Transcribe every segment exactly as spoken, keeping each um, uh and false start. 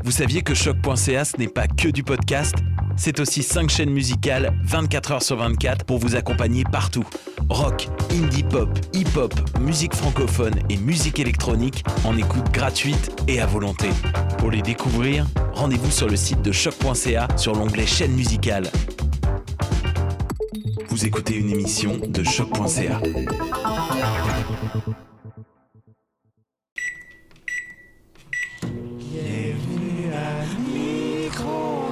Vous saviez que choc point c a ce n'est pas que du podcast? C'est aussi cinq chaînes musicales vingt-quatre heures sur vingt-quatre pour vous accompagner partout. Rock, indie pop, hip-hop, musique francophone et musique électronique en écoute gratuite et à volonté. Pour les découvrir, rendez-vous sur le site de choc point c a sur l'onglet chaîne musicale. Vous écoutez une émission de choc point c a. Bienvenue à Micro.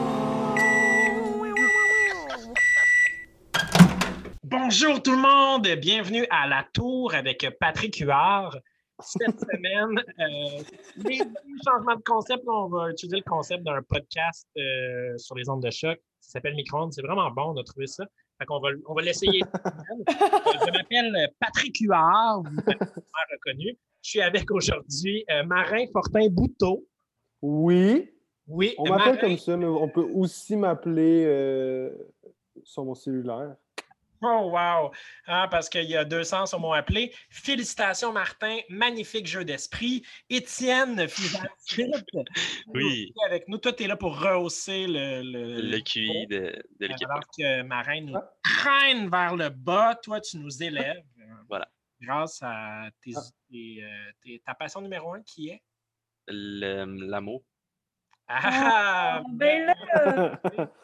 Bonjour tout le monde, bienvenue à La Tour avec Patrick Huard. Cette semaine, euh, les changements de concept, on va utiliser le concept d'un podcast euh, sur les ondes de choc. Ça s'appelle Micro-ondes. C'est vraiment bon, on a trouvé ça. Fait qu'on va, on va l'essayer. Je m'appelle Patrick Huard, vous m'avez reconnu. Je suis avec aujourd'hui euh, Marin Fortin-Bouteau. Oui. Oui, On m'appelle Marin... comme ça, mais on peut aussi m'appeler euh, sur mon cellulaire. Oh, wow! Ah, parce qu'il y a deux sens au mot appelé. Félicitations, Martin. Magnifique jeu d'esprit. Étienne Fival-Philippe. Oui. Avec nous. Toi, tu es là pour rehausser le, le, le Q I de, de l'équipe. Alors que Marin nous Ah. traîne vers le bas. Toi, tu nous élèves. Voilà. Grâce à tes, Ah. tes, euh, tes, ta passion numéro un qui est? Le- L'amour. Ah! Oh, ben là!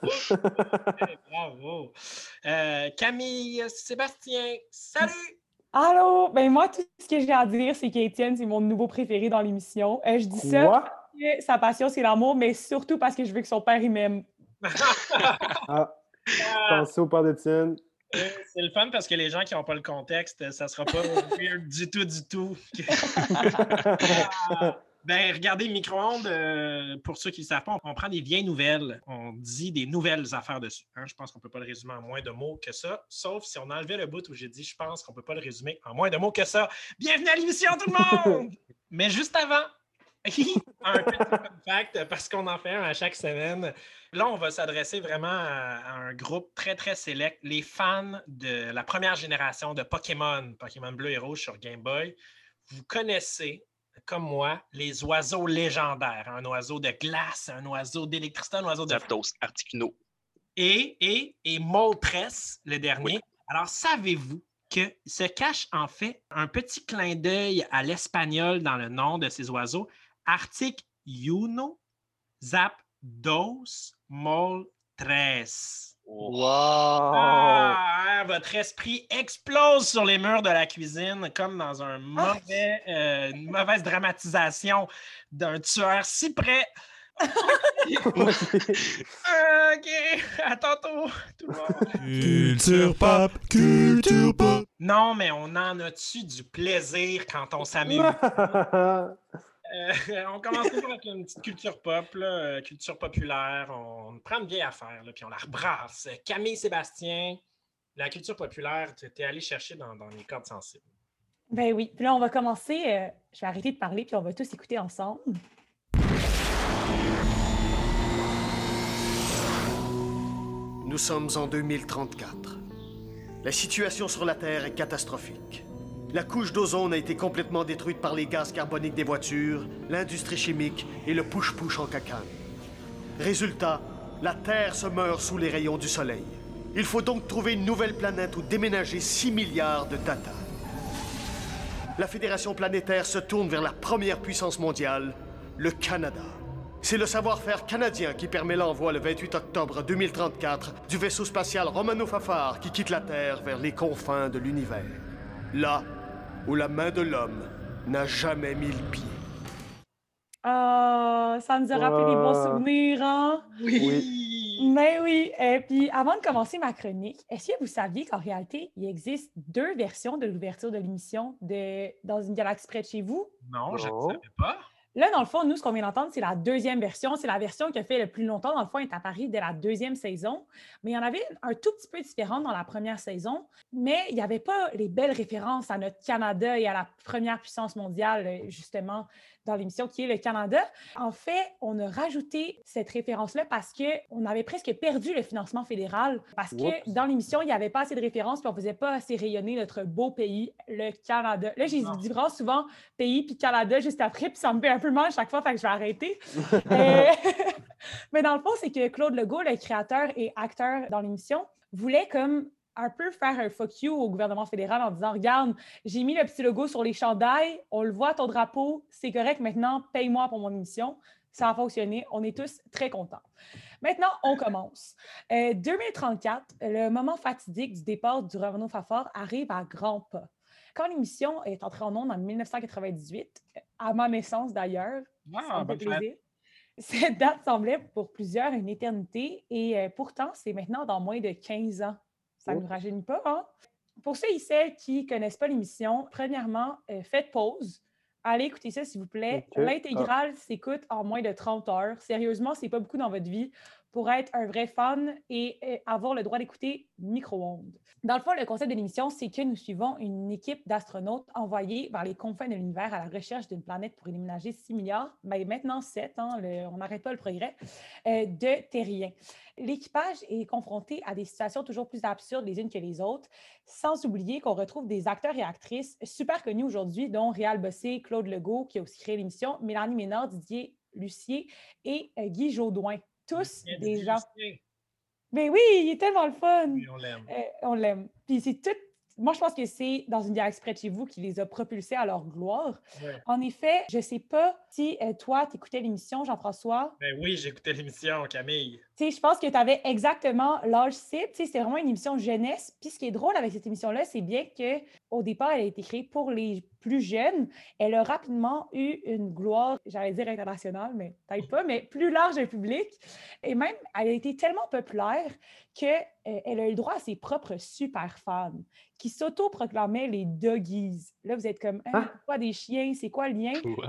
Bravo! Euh, Camille Sébastien, salut! Allô? Ben moi, tout ce que j'ai à dire, c'est qu'Étienne, c'est mon nouveau préféré dans l'émission. Euh, je dis ça Quoi? parce que sa passion, c'est l'amour, mais surtout parce que je veux que son père, il m'aime. Ah, pensez au père d'Étienne. Euh, C'est le fun parce que les gens qui n'ont pas le contexte, ça ne sera pas weird du tout, du tout. Ah, ben, regardez, micro-ondes, euh, pour ceux qui ne le savent pas, on prend des vieilles nouvelles, on dit des nouvelles affaires dessus. Hein? Je pense qu'on ne peut pas le résumer en moins de mots que ça, sauf si on enlevait le bout où j'ai dit « je pense qu'on ne peut pas le résumer en moins de mots que ça ». Bienvenue à l'émission, tout le monde! Mais juste avant, un petit fun fact, parce qu'on en fait un à chaque semaine. Là, on va s'adresser vraiment à, à un groupe très, très sélect, les fans de la première génération de Pokémon, Pokémon bleu et rouge sur Game Boy. Vous connaissez, comme moi, les oiseaux légendaires. Un oiseau de glace, un oiseau d'électricité, un oiseau de... Zapdos, Articuno. Et, et, et Moltres, le dernier. Oui. Alors, savez-vous que se cache en fait un petit clin d'œil à l'espagnol dans le nom de ces oiseaux? Articuno, Zapdos, Moltres. Wow! Ah, votre esprit explose sur les murs de la cuisine comme dans un mauvais, euh, une mauvaise dramatisation d'un tueur si près. OK, à tantôt, tout le monde. Culture pop, culture pop. Non, mais on en a-tu du plaisir quand on s'amuse? Euh, on commence toujours avec une petite culture pop, là, euh, culture populaire. On prend une vieille affaire, là, puis on la rebrasse. Camille Sébastien, la culture populaire, tu es allé chercher dans, dans les cordes sensibles. Ben oui. Puis là, on va commencer. euh, je vais arrêter de parler, puis on va tous écouter ensemble. Nous sommes en deux mille trente-quatre. La situation sur la Terre est catastrophique. La couche d'ozone a été complètement détruite par les gaz carboniques des voitures, l'industrie chimique et le push-push en cacane. Résultat, la Terre se meurt sous les rayons du Soleil. Il faut donc trouver une nouvelle planète où déménager six milliards de Tata. La Fédération planétaire se tourne vers la première puissance mondiale, le Canada. C'est le savoir-faire canadien qui permet l'envoi le vingt-huit octobre deux mille trente-quatre du vaisseau spatial Romano-Fafard qui quitte la Terre vers les confins de l'univers. Là où la main de l'homme n'a jamais mis le pied. Ah, ça nous a rappelé des bons Ah. souvenirs, hein? Oui! Mais oui. Et puis, avant de commencer ma chronique, est-ce que vous saviez qu'en réalité, il existe deux versions de l'ouverture de l'émission de Dans une galaxie près de chez vous? Non, je ne Non. savais pas. Là, dans le fond, nous, ce qu'on vient d'entendre, c'est la deuxième version. C'est la version qui a fait le plus longtemps. Dans le fond, elle est apparue dès la deuxième saison. Mais il y en avait un tout petit peu différent dans la première saison. Mais il n'y avait pas les belles références à notre Canada et à la première puissance mondiale, justement, dans l'émission, qui est le Canada. En fait, on a rajouté cette référence-là parce qu'on avait presque perdu le financement fédéral. Parce que Oups. dans l'émission, il n'y avait pas assez de références puis on ne faisait pas assez rayonner notre beau pays, le Canada. Là, j'ai Non. dit vraiment souvent pays puis Canada juste après, puis ça me fait un peu mal chaque fois, fait que je vais arrêter. Euh, Mais dans le fond, c'est que Claude Legault, le créateur et acteur dans l'émission, voulait comme un peu faire un fuck you au gouvernement fédéral en disant « Regarde, j'ai mis le petit logo sur les chandails, on le voit, ton drapeau, c'est correct, maintenant, paye-moi pour mon émission. » Ça a fonctionné, on est tous très contents. Maintenant, on commence. Euh, deux mille trente-quatre, le moment fatidique du départ du Revenons Fafard arrive à grands pas. Quand l'émission est entrée en ondes en dix-neuf cent quatre-vingt-dix-huit, à ma naissance d'ailleurs, Ah, ça me fait bonne fête. plaisir. Cette date semblait pour plusieurs une éternité et euh, pourtant, c'est maintenant dans moins de quinze ans. Ça ne Oh. nous rajeunit pas, hein? Pour ceux et celles qui ne connaissent pas l'émission, premièrement, euh, faites pause. Allez écouter ça, s'il vous plaît. Ok. L'intégrale s'écoute en moins de trente heures. Sérieusement, c'est pas beaucoup dans votre vie pour être un vrai fan et euh, avoir le droit d'écouter Micro-ondes. Dans le fond, le concept de l'émission, c'est que nous suivons une équipe d'astronautes envoyés vers les confins de l'univers à la recherche d'une planète pour déménager six milliards, mais maintenant sept, hein, le- on n'arrête pas le progrès, euh, de terriens. L'équipage est confronté à des situations toujours plus absurdes les unes que les autres, sans oublier qu'on retrouve des acteurs et actrices super connus aujourd'hui, dont Réal Bossé, Claude Legault, qui a aussi créé l'émission, Mélanie Ménard, Didier Lucier et euh, Guy Jodoin. Tous Bien des dit, gens. Lucien. Mais oui, il est tellement le fun. Oui, on l'aime. Euh, on l'aime. Puis c'est tout. Moi, je pense que c'est dans une galaxie près de chez vous qui les a propulsés à leur gloire. Ouais. En effet, je ne sais pas si euh, toi, tu écoutais l'émission, Jean-François. Ben oui, j'écoutais l'émission, Camille. Tu sais, je pense que tu avais exactement l'âge cible. Tu sais, c'est vraiment une émission jeunesse. Puis ce qui est drôle avec cette émission-là, c'est bien qu'au départ, elle a été créée pour les plus jeunes. Elle a rapidement eu une gloire, j'allais dire internationale, mais peut-être pas, mais plus large d'un public. Et même, elle a été tellement populaire qu'elle a eu le droit à ses propres super fans qui s'auto-proclamaient les doggies. Là, vous êtes comme, hein, Hein? c'est quoi des chiens? C'est quoi le lien? Ouais.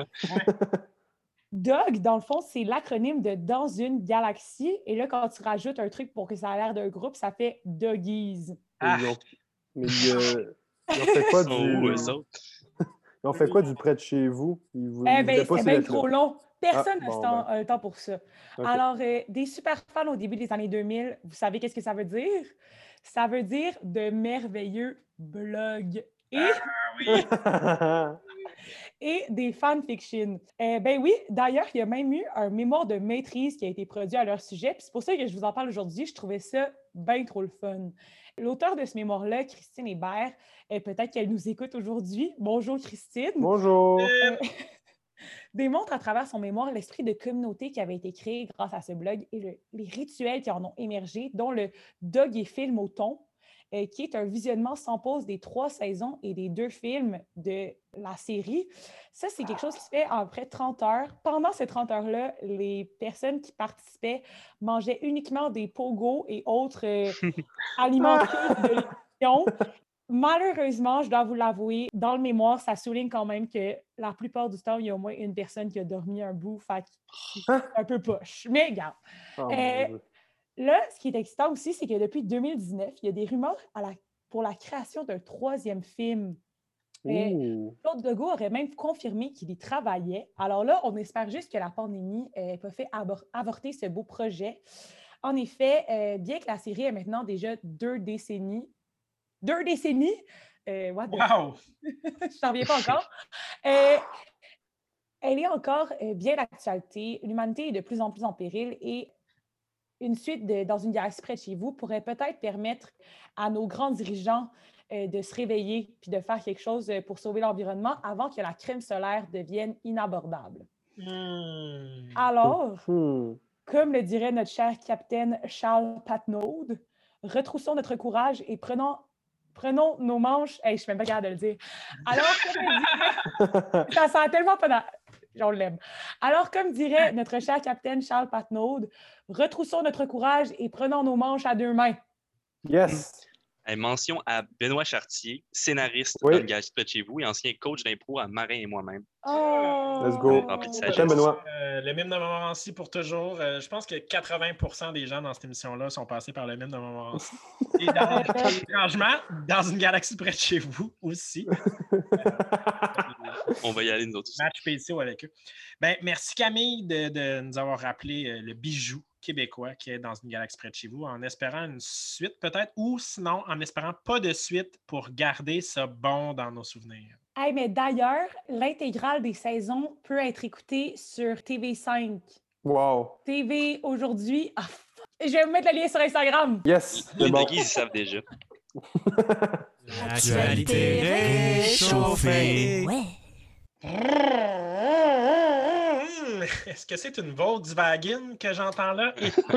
Dog, dans le fond, c'est l'acronyme de Dans une galaxie. Et là, quand tu rajoutes un truc pour que ça a l'air d'un groupe, ça fait Doggies. Ah. Ils ont- Mais ils, euh, ils ont fait quoi Ils sont où, du... eux autres? Ils ont fait quoi du près de chez vous? Ils vous... Eh ils bien, voulaient pas c'est ces même lettres-là. trop long. Personne Ah, n'a bon, ce temps, ben. euh, temps pour ça. Ok. Alors, euh, des super fans au début des années deux mille, vous savez qu'est-ce que ça veut dire? Ça veut dire de merveilleux blogs. Et Oui. et des fanfictions. Euh, ben oui, d'ailleurs, il y a même eu un mémoire de maîtrise qui a été produit à leur sujet. Puis c'est pour ça que je vous en parle aujourd'hui. Je trouvais ça bien trop le fun. L'auteur de ce mémoire-là, Christine Hébert, euh, peut-être qu'elle nous écoute aujourd'hui. Bonjour, Christine. Bonjour. Euh, démontre à travers son mémoire l'esprit de communauté qui avait été créé grâce à ce blog et le- les rituels qui en ont émergé, dont le Dog et film au thon, euh, qui est un visionnement sans pause des trois saisons et des deux films de la série. Ça, c'est quelque chose qui se fait en près de trente heures. Pendant ces trente heures-là, les personnes qui participaient mangeaient uniquement des pogos et autres euh, aliments cultes de l'émission. Malheureusement, je dois vous l'avouer, dans le mémoire, ça souligne quand même que la plupart du temps, il y a au moins une personne qui a dormi un bout, fait que c'est Hein? un peu poche. Mais regarde, Oh, mon Euh, Dieu. là, ce qui est excitant aussi, c'est que depuis deux mille dix-neuf, il y a des rumeurs à la- pour la création d'un troisième film. Euh, Ouh. Claude Legault aurait même confirmé qu'il y travaillait. Alors là, on espère juste que la pandémie n'ait pas fait abor- avorter ce beau projet. En effet, euh, bien que la série ait maintenant déjà deux décennies, deux décennies, euh, what the- Wow! je n'en reviens pas encore, euh, elle est encore euh, bien d'actualité. L'humanité est de plus en plus en péril et une suite de, dans une galaxie près de chez vous pourrait peut-être permettre à nos grands dirigeants euh, de se réveiller puis de faire quelque chose euh, pour sauver l'environnement avant que la crème solaire devienne inabordable. Hmm. Alors, Hmm. comme le dirait notre cher capitaine Charles Patnaud, retroussons notre courage et prenons, prenons nos manches. Hey, je ne suis même pas capable de le dire. Alors, comme le dirait- ça sent tellement pas dans... On l'aime. Alors, comme dirait notre cher capitaine Charles Patnaud, retroussons notre courage et prenons nos manches à deux mains. Yes. Hey, mention à Benoît Chartier, scénariste Oui. dans une galaxie près de chez vous et ancien coach d'impro à Marin et moi-même. Oh! Let's go. Rempli de Je sagesse. t'aime, Benoît. Euh, le mime de Montmorency pour toujours. Euh, je pense que quatre-vingts pour cent des gens dans cette émission-là sont passés par le mime de Montmorency. Et dans, étrangement, dans une galaxie près de chez vous aussi. On va y aller, nous autres aussi. Match P C O avec eux. Ben, merci Camille de, de nous avoir rappelé euh, le bijou québécois qui est dans une galaxie près de chez vous, en espérant une suite peut-être, ou sinon en espérant pas de suite pour garder ça bon dans nos souvenirs. Hey, mais d'ailleurs, l'intégrale des saisons peut être écoutée sur T V cinq. Wow. T V aujourd'hui. Ah, fuck. Je vais vous mettre le lien sur Instagram. Yes, Les c'est bon. Nuggies, ils savent déjà. L'actualité réchauffée. Ouais. Est-ce que c'est une Volkswagen que j'entends là?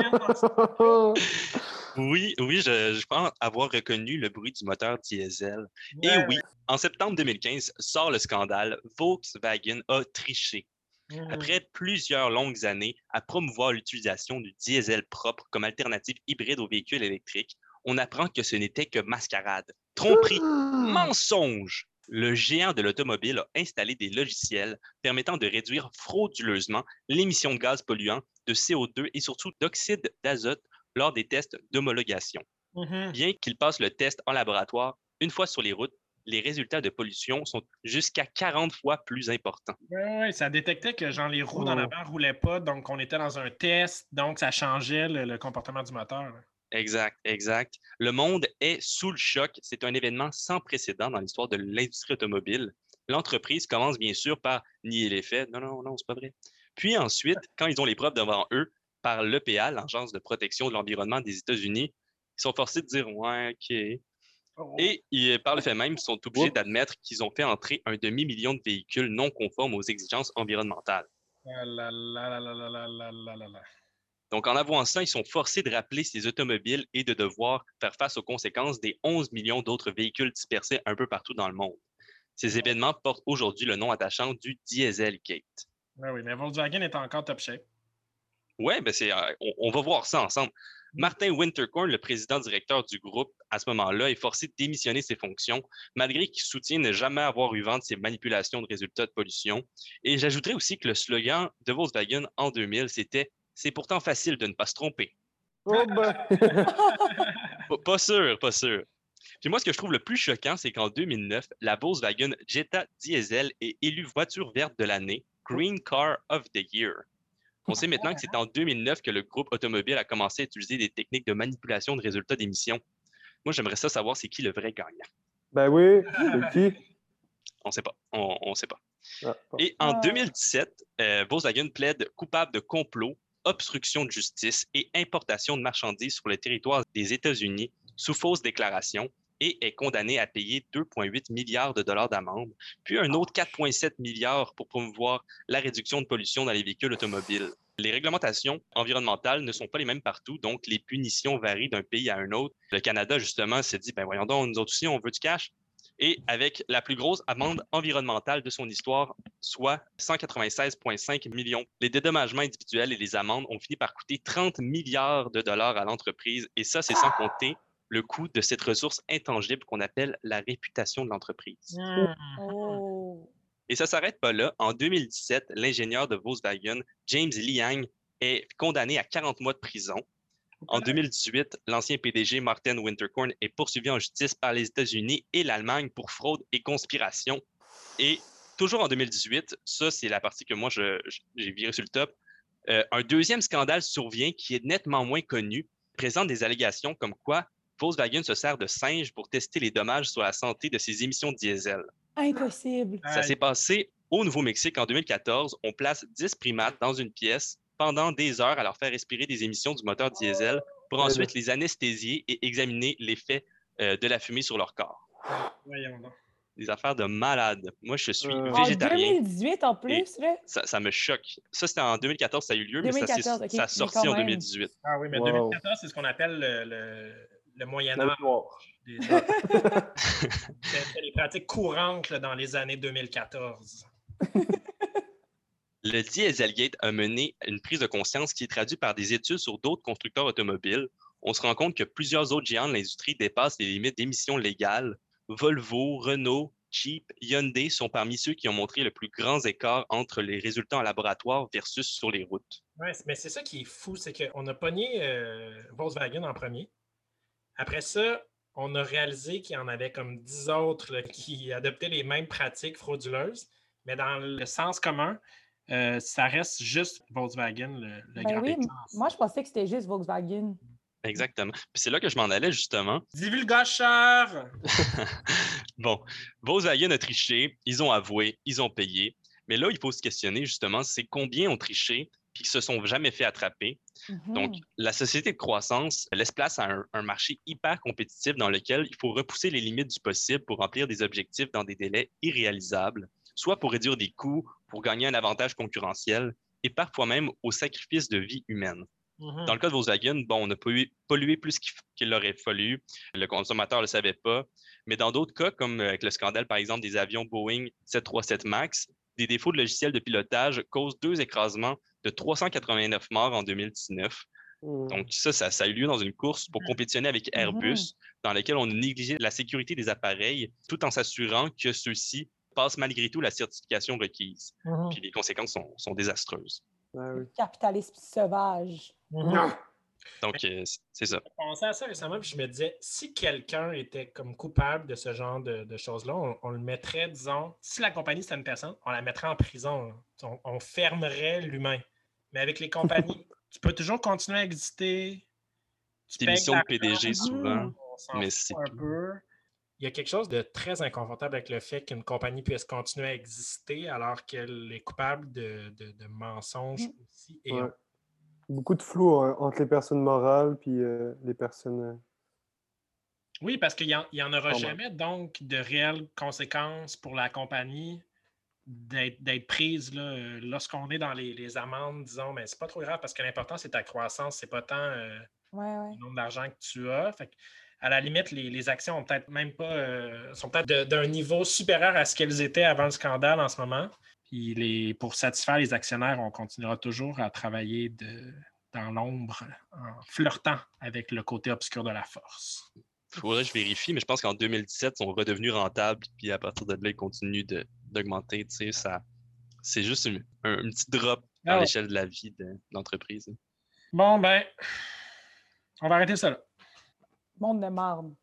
Oui, oui, je, je pense avoir reconnu le bruit du moteur diesel. Ouais. Et oui, en septembre deux mille quinze, sort le scandale Volkswagen a triché. Mm. Après plusieurs longues années à promouvoir l'utilisation du diesel propre comme alternative hybride aux véhicules électriques, on apprend que ce n'était que mascarade, tromperie, mensonge. Le géant de l'automobile a installé des logiciels permettant de réduire frauduleusement l'émission de gaz polluants, de C O deux et surtout d'oxyde d'azote lors des tests d'homologation. Mhm. Bien qu'il passe le test en laboratoire, une fois sur les routes, les résultats de pollution sont jusqu'à quarante fois plus importants. Oui, ouais, ça détectait que genre, les roues dans l'avant ne roulaient pas, donc on était dans un test, donc ça changeait le, le comportement du moteur. Là. Exact, exact. Le monde est sous le choc. C'est un événement sans précédent dans l'histoire de l'industrie automobile. L'entreprise commence bien sûr par nier les faits. Non, non, non, c'est pas vrai. Puis ensuite, quand ils ont les preuves devant eux, par l'E P A, l'Agence de protection de l'environnement des États-Unis, ils sont forcés de dire « ouais, OK ». Oh. Et ils, par le fait même, ils sont obligés d'admettre qu'ils ont fait entrer un demi-million de véhicules non conformes aux exigences environnementales. Ah là là là là là là là là là là. Donc, en avouant ça, ils sont forcés de rappeler ces automobiles et de devoir faire face aux conséquences des onze millions d'autres véhicules dispersés un peu partout dans le monde. Ces événements portent aujourd'hui le nom attachant du Dieselgate. Ouais, oui, mais Volkswagen est encore top shape. Oui, ben c'est, euh, on, on va voir ça ensemble. Martin Winterkorn, le président directeur du groupe, à ce moment-là, est forcé de démissionner ses fonctions, malgré qu'il soutient ne jamais avoir eu vent de ses manipulations de résultats de pollution. Et j'ajouterais aussi que le slogan de Volkswagen en deux mille, c'était « C'est pourtant facile de ne pas se tromper ». Oh ben. Pas, pas sûr, pas sûr. Puis moi, ce que je trouve le plus choquant, c'est qu'en deux mille neuf, la Volkswagen Jetta Diesel est élue voiture verte de l'année, Green Car of the Year. On sait maintenant que c'est en deux mille neuf que le groupe automobile a commencé à utiliser des techniques de manipulation de résultats d'émissions. Moi, j'aimerais ça savoir c'est qui le vrai gagnant. Ben oui, c'est qui? On ne sait pas. On ne sait pas. Ah, bon. Et en Ah. deux mille dix-sept, euh, Volkswagen plaide coupable de complot, obstruction de justice et importation de marchandises sur le territoire des États-Unis sous fausse déclaration et est condamné à payer deux virgule huit milliards de dollars d'amende, puis un autre quatre virgule sept milliards pour promouvoir la réduction de pollution dans les véhicules automobiles. Les réglementations environnementales ne sont pas les mêmes partout, donc les punitions varient d'un pays à un autre. Le Canada, justement, s'est dit, ben voyons donc, nous autres aussi, on veut du cash. Et avec la plus grosse amende environnementale de son histoire, soit cent quatre-vingt-seize virgule cinq millions. Les dédommagements individuels et les amendes ont fini par coûter trente milliards de dollars à l'entreprise, et ça, c'est sans compter le coût de cette ressource intangible qu'on appelle la réputation de l'entreprise. Mmh. Oh. Et ça ne s'arrête pas là. En deux mille dix-sept, l'ingénieur de Volkswagen, James Liang, est condamné à quarante mois de prison. En deux mille dix-huit, l'ancien P D G Martin Winterkorn est poursuivi en justice par les États-Unis et l'Allemagne pour fraude et conspiration. Et toujours en deux mille dix-huit, ça c'est la partie que moi je, je, j'ai viré sur le top, euh, un deuxième scandale survient qui est nettement moins connu, présente des allégations comme quoi Volkswagen se sert de singes pour tester les dommages sur la santé de ses émissions de diesel. Impossible. Ça s'est passé au Nouveau-Mexique en deux mille quatorze. On place dix primates dans une pièce pendant des heures à leur faire respirer des émissions du moteur diesel pour ensuite les anesthésier et examiner l'effet euh, de la fumée sur leur corps. Voyons donc. Des affaires de malade. Moi, je suis Euh. En végétarien. deux mille dix-huit en plus, là. Ça, ça me choque. Ça, c'était en deux mille quatorze, ça a eu lieu, deux mille mais ça, quatorze, s'est- ok, ça a mais sorti quand en même. deux mille dix-huit. Ah oui, mais Wow. deux mille quatorze, c'est ce qu'on appelle le, le, le Moyen La Âge. noire. Des- C'était les pratiques courantes là, dans les années deux mille quatorze. Le Dieselgate a mené une prise de conscience qui est traduite par des études sur d'autres constructeurs automobiles. On se rend compte que plusieurs autres géants de l'industrie dépassent les limites d'émissions légales. Volvo, Renault, Jeep, Hyundai sont parmi ceux qui ont montré le plus grand écart entre les résultats en laboratoire versus sur les routes. Ouais, mais c'est ça qui est fou, c'est qu'on a pogné euh, Volkswagen en premier. Après ça, on a réalisé qu'il y en avait comme dix autres là, qui adoptaient les mêmes pratiques frauduleuses, mais dans le sens commun, euh, ça reste juste Volkswagen, le, le Ben grand oui, exemple. moi je pensais que c'était juste Volkswagen. Exactement. Puis c'est là que je m'en allais justement. Divulgateur! Bon, Volkswagen a triché, ils ont avoué, ils ont payé. Mais là, il faut se questionner justement, c'est combien ont triché, puis puis qui se sont jamais fait attraper. Mhm. Donc, la société de croissance laisse place à un, un marché hyper compétitif dans lequel il faut repousser les limites du possible pour remplir des objectifs dans des délais irréalisables, soit pour réduire des coûts, pour gagner un avantage concurrentiel, et parfois même au sacrifice de vie humaine. Mhm. Dans le cas de Volkswagen, bon, on a pollué, pollué plus qu'il, qu'il aurait fallu. Le consommateur ne le savait pas. Mais dans d'autres cas, comme avec le scandale, par exemple, des avions Boeing sept cent trente-sept MAX, des défauts de logiciel de pilotage causent deux écrasements de trois cent quatre-vingt-neuf morts en deux mille dix-neuf. Mm. Donc ça, ça, ça a eu lieu dans une course pour compétitionner avec Airbus, Mhm. dans laquelle on a négligé la sécurité des appareils, tout en s'assurant que ceux-ci passent malgré tout la certification requise. Mhm. Puis les conséquences sont, sont désastreuses. Ah oui. Capitalisme sauvage. Mhm. Donc, euh, c'est ça. Je pensais à ça récemment, puis je me disais, si quelqu'un était comme coupable de ce genre de, de choses-là, on, on le mettrait, disons, si la compagnie c'était une personne, on la mettrait en prison. On, on fermerait l'humain. Mais avec les compagnies, tu peux toujours continuer à exister. Tu Des payes missions de l'argent, P D G souvent, on s'en mais fout c'est un peu. Il y a quelque chose de très inconfortable avec le fait qu'une compagnie puisse continuer à exister alors qu'elle est coupable de, de, de mensonges Mhm. aussi. Et Ouais. on- Beaucoup de flou hein, entre les personnes morales puis euh, les personnes. euh, Oui, parce qu'il n'y en, il y en aura Normal. jamais donc de réelles conséquences pour la compagnie d'être, d'être prise là, euh, lorsqu'on est dans les, les amendes, disons, mais c'est pas trop grave parce que l'important c'est ta croissance, c'est pas tant euh, Ouais, ouais. le nombre d'argent que tu as. Fait que, à la limite, les, les actions ont peut-être même pas euh, sont peut-être de- d'un niveau supérieur à ce qu'elles étaient avant le scandale en ce moment. Puis les, pour satisfaire les actionnaires, on continuera toujours à travailler de, dans l'ombre en flirtant avec le côté obscur de la force. Il faudrait que je vérifie, mais je pense qu'en deux mille dix-sept, ils sont redevenus rentables, puis à partir de là, ils continuent de, d'augmenter. Tu sais, ça, c'est juste une, un, un petit drop dans Ah ouais. l'échelle de la vie de, de l'entreprise. Bon, ben, on va arrêter ça là. Monde de marde.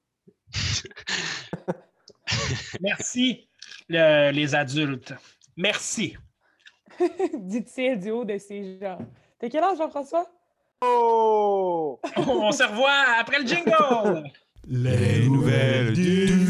Merci, le- les adultes. Merci. Dit-il du haut de ses gens. T'as quel âge, Jean-François? Oh! On se revoit après le jingle. Les nouvelles du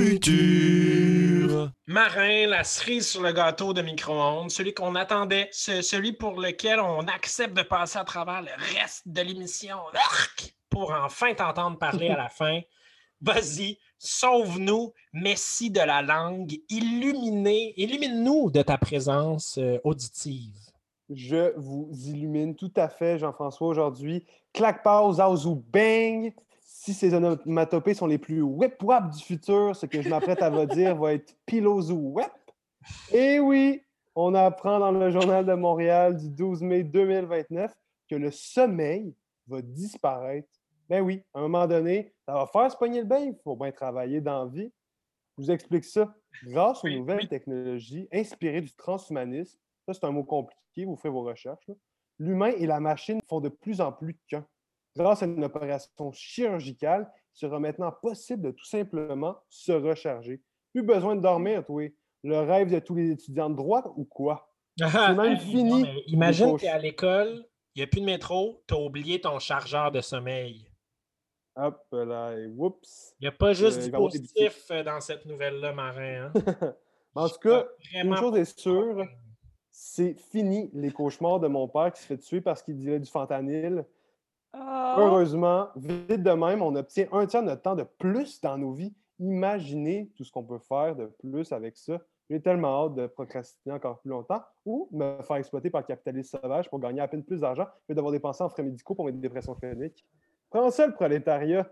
futur. Marin, la cerise sur le gâteau de micro-ondes, celui qu'on attendait, ce- celui pour lequel on accepte de passer à travers le reste de l'émission Arc, pour enfin t'entendre parler à la fin. Vas-y, sauve-nous, Messie de la langue, illuminez, illumine-nous de ta présence euh, auditive. Je vous illumine tout à fait, Jean-François, aujourd'hui. Claque pause, house ou bang! Si ces onomatopées sont les plus whip-wap du futur, ce que je m'apprête à vous dire va être pilos ou wep. Et oui, on apprend dans le Journal de Montréal du douze mai deux mille vingt-neuf que le sommeil va disparaître. Ben oui, à un moment donné, ça va faire se pogner le bain, il faut bien travailler dans la vie. Je vous explique ça. Grâce aux Oui, nouvelles oui. technologies inspirées du transhumanisme, ça c'est un mot compliqué, vous ferez vos recherches, là. L'humain et la machine font de plus en plus qu'un. Grâce à une opération chirurgicale, il sera maintenant possible de tout simplement se recharger. Plus besoin de dormir, toi. Le rêve de tous les étudiants de droite ou quoi? C'est même fini, mais imagine, les tu es à l'école, il n'y a plus de métro, tu as oublié ton chargeur de sommeil. Hop là, et whoops. Il n'y a pas juste Euh, du il va y avoir des positif euh, dans cette nouvelle-là, Marin. Hein? En tout cas, Vraiment une chose pas- est sûre, c'est fini les cauchemars de mon père qui se fait tuer parce qu'il disait du fentanyl. Ah! Heureusement, vite de même, on obtient un tiers de notre temps de plus dans nos vies. Imaginez tout ce qu'on peut faire de plus avec ça. J'ai tellement hâte de procrastiner encore plus longtemps ou me faire exploiter par le capitalisme sauvage pour gagner à peine plus d'argent que d'avoir dépensé en frais médicaux pour mes dépressions chroniques. Prends ça, le prolétariat.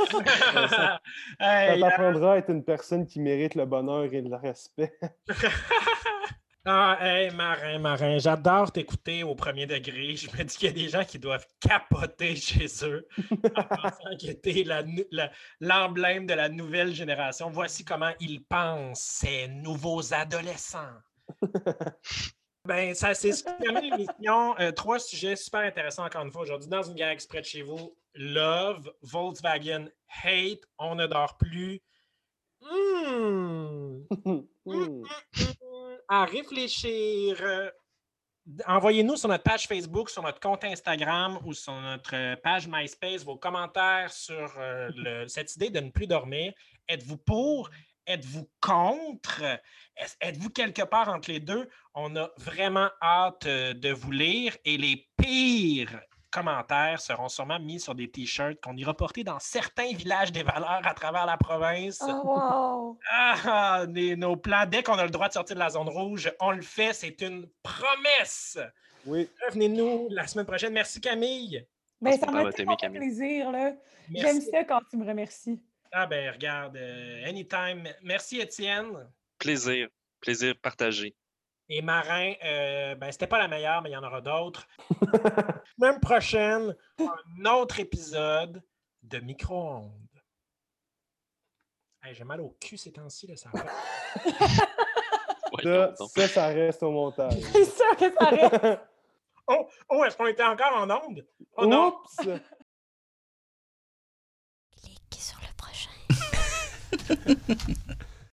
Ça Hey, t'apprendra à être une personne qui mérite le bonheur et le respect. ah, hey, Marin, Marin, j'adore t'écouter au premier degré. Je me dis qu'il y a des gens qui doivent capoter chez eux en pensant que t'es la nou- la- l'emblème de la nouvelle génération. Voici comment ils pensent, ces nouveaux adolescents. Ben, ça, c'est ce qui termine l'émission. Euh, trois sujets super intéressants encore une fois aujourd'hui. Dans une guerre exprès de chez vous, Love, Volkswagen, Hate, On ne dort plus. Hmm. Hmm. À réfléchir. Euh, Envoyez-nous sur notre page Facebook, sur notre compte Instagram ou sur notre euh, page MySpace vos commentaires sur euh, le- cette idée de ne plus dormir. Êtes-vous pour? Êtes-vous contre? Est- Êtes-vous quelque part entre les deux? On a vraiment hâte euh, de vous lire et les pires commentaires seront sûrement mis sur des t-shirts qu'on ira porter dans certains villages des valeurs à travers la province. Oh, wow! Ah, les- nos plans, dès qu'on a le droit de sortir de la zone rouge, on le fait, c'est une promesse. Oui. Revenez-nous la semaine prochaine. Merci Camille. Ben, pense ça qu'on m'a va t'aimer, tellement fait Camille. plaisir, là. Merci. J'aime ça quand tu me remercies. Ah ben regarde, euh, anytime. Merci Étienne. Plaisir. Plaisir partagé. Et Marin, euh, ben c'était pas la meilleure, mais il y en aura d'autres. Même prochaine, un autre épisode de Micro-ondes. Hey, j'ai mal au cul ces temps-ci, là, ça va pas. Ça, ça, ça reste au montage. C'est sûr que ça reste. Oh, oh, est-ce qu'on était encore en onde? Oh non! Oups! Clique sur le prochain.